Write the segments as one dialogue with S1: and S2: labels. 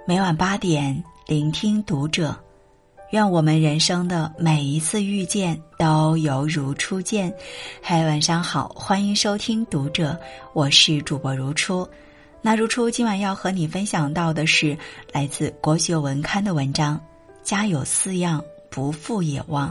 S1: 每晚8点，聆听读者。愿我们人生的每一次遇见都犹如初见。嗨，晚上好，欢迎收听读者，我是主播如初。那如初今晚要和你分享到的是来自国学文刊的文章，家有4样，不富也旺。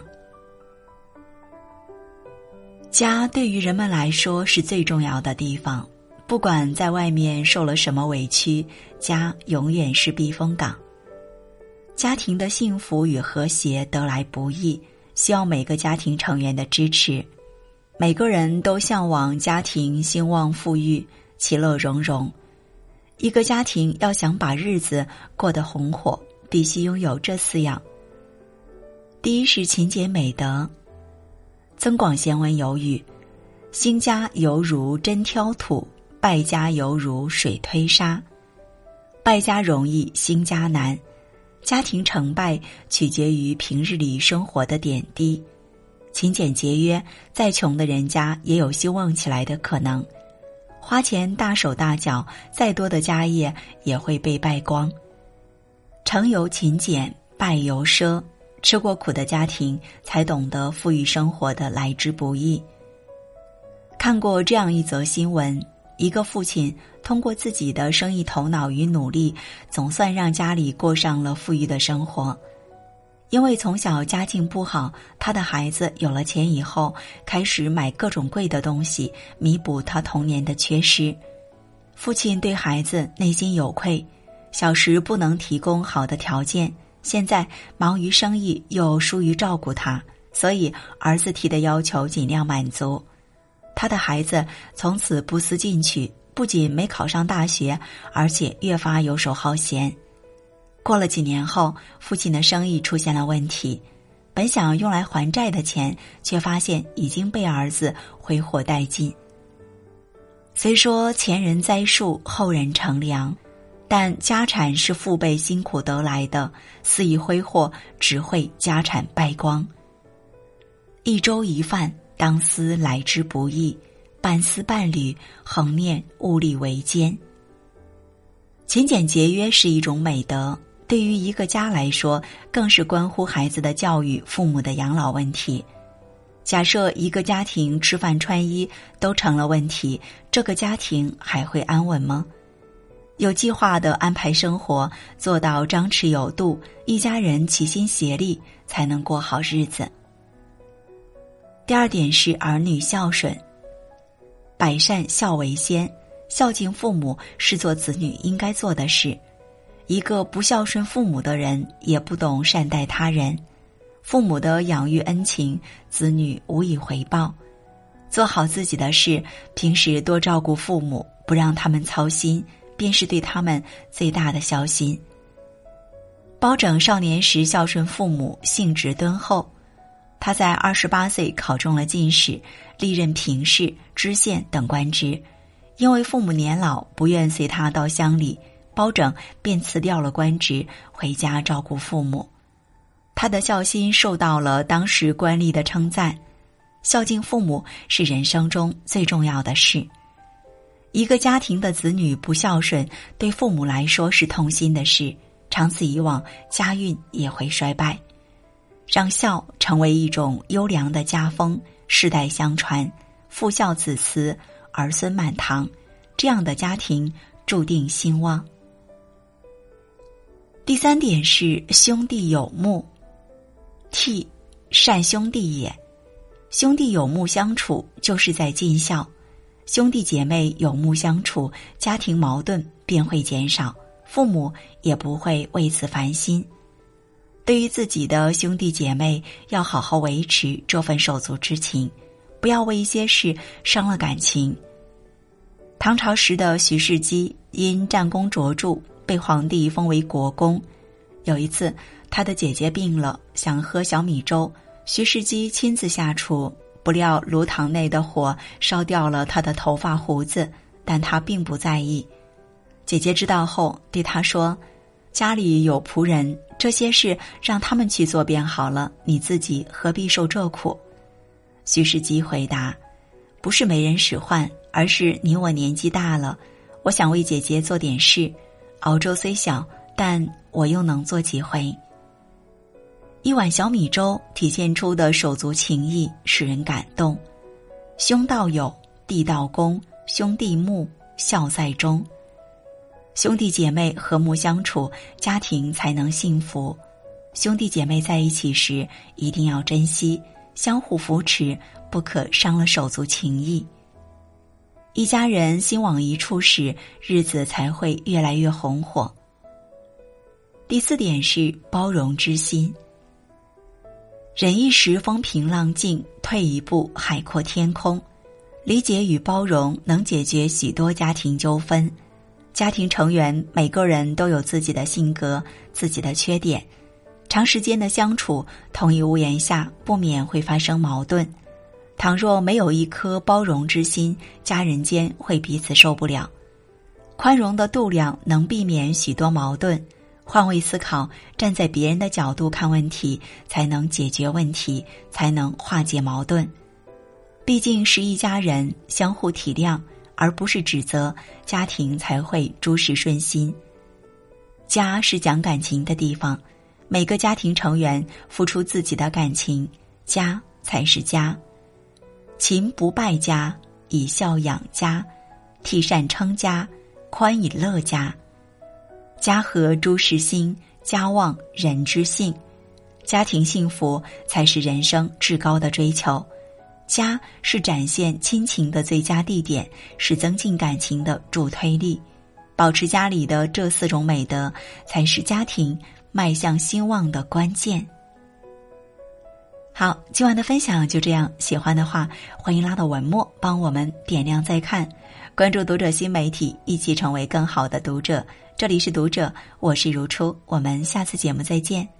S1: 家对于人们来说是最重要的地方，不管在外面受了什么委屈，家永远是避风港。家庭的幸福与和谐得来不易，需要每个家庭成员的支持。每个人都向往家庭兴旺富裕，其乐融融。一个家庭要想把日子过得红火，必须拥有这4样。第一是勤俭美德。增广贤文有语：兴家犹如针挑土，败家犹如水推沙。败家容易，兴家难。家庭成败取决于平日里生活的点滴，勤俭节约，再穷的人家也有兴旺起来的可能。花钱大手大脚，再多的家业也会被败光。成由勤俭，败由奢，吃过苦的家庭才懂得富裕生活的来之不易。看过这样一则新闻，一个父亲通过自己的生意头脑与努力，总算让家里过上了富裕的生活。因为从小家境不好，他的孩子有了钱以后，开始买各种贵的东西，弥补他童年的缺失。父亲对孩子内心有愧，小时不能提供好的条件，现在忙于生意又疏于照顾他，所以儿子提的要求尽量满足。他的孩子从此不思进取，不仅没考上大学，而且越发游手好闲。过了几年后，父亲的生意出现了问题，本想用来还债的钱，却发现已经被儿子挥霍殆尽。虽说前人栽树，后人乘凉，但家产是父辈辛苦得来的，肆意挥霍，只会家产败光。一粥一饭，当思来之不易，半丝半缕，恒念物力维艰。勤俭节约是一种美德，对于一个家来说，更是关乎孩子的教育、父母的养老问题。假设一个家庭吃饭穿衣都成了问题，这个家庭还会安稳吗？有计划地安排生活，做到张弛有度，一家人齐心协力，才能过好日子。第2点是儿女孝顺。百善孝为先，孝敬父母是做子女应该做的事。一个不孝顺父母的人，也不懂善待他人。父母的养育恩情，子女无以回报。做好自己的事，平时多照顾父母，不让他们操心，便是对他们最大的孝心。包拯少年时孝顺父母，性直敦厚。他在28岁考中了进士，历任平士、知县等官职。因为父母年老，不愿随他到乡里，包拯便辞掉了官职，回家照顾父母。他的孝心受到了当时官吏的称赞。孝敬父母是人生中最重要的事。一个家庭的子女不孝顺，对父母来说是痛心的事，长此以往，家运也会衰败。让孝成为一种优良的家风，世代相传，父孝子慈，儿孙满堂，这样的家庭注定兴旺。第3点是兄弟有目。悌，善兄弟也。兄弟有目相处，就是在尽孝。兄弟姐妹有目相处，家庭矛盾便会减少，父母也不会为此烦心。对于自己的兄弟姐妹，要好好维持这份手足之情，不要为一些事伤了感情。唐朝时的徐世基因战功卓著，被皇帝封为国公。有一次，他的姐姐病了，想喝小米粥，徐世基亲自下厨，不料炉膛内的火烧掉了他的头发胡子，但他并不在意。姐姐知道后对他说：“家里有仆人，这些事让他们去做便好了，你自己何必受这苦？”徐世基回答：“不是没人使唤，而是你我年纪大了，我想为姐姐做点事。熬粥虽小， 但我又能做几回？一碗小米粥体现出的手足情谊使人感动。兄道友，弟道恭，兄弟睦，孝在中。兄弟姐妹和睦相处，家庭才能幸福。兄弟姐妹在一起时，一定要珍惜，相互扶持，不可伤了手足情谊。一家人心往一处时，日子才会越来越红火。第4点是包容之心。忍一时风平浪静，退一步海阔天空。理解与包容能解决许多家庭纠纷。家庭成员每个人都有自己的性格，自己的缺点。长时间的相处，同一屋檐下，不免会发生矛盾。倘若没有一颗包容之心，家人间会彼此受不了。宽容的度量能避免许多矛盾。换位思考，站在别人的角度看问题，才能解决问题，才能化解矛盾。毕竟是一家人，相互体谅，而不是指责，家庭才会诸事顺心。家是讲感情的地方，每个家庭成员付出自己的感情，家才是家。勤不败家，以孝养家，悌善称家，宽以乐家。家和诸事兴，家旺人之幸。家庭幸福才是人生至高的追求。家是展现亲情的最佳地点，是增进感情的助推力。保持家里的这4种美德，才是家庭迈向兴旺的关键。好，今晚的分享就这样，喜欢的话欢迎拉到文末帮我们点亮再看，关注读者新媒体，一起成为更好的读者。这里是读者，我是如初，我们下次节目再见。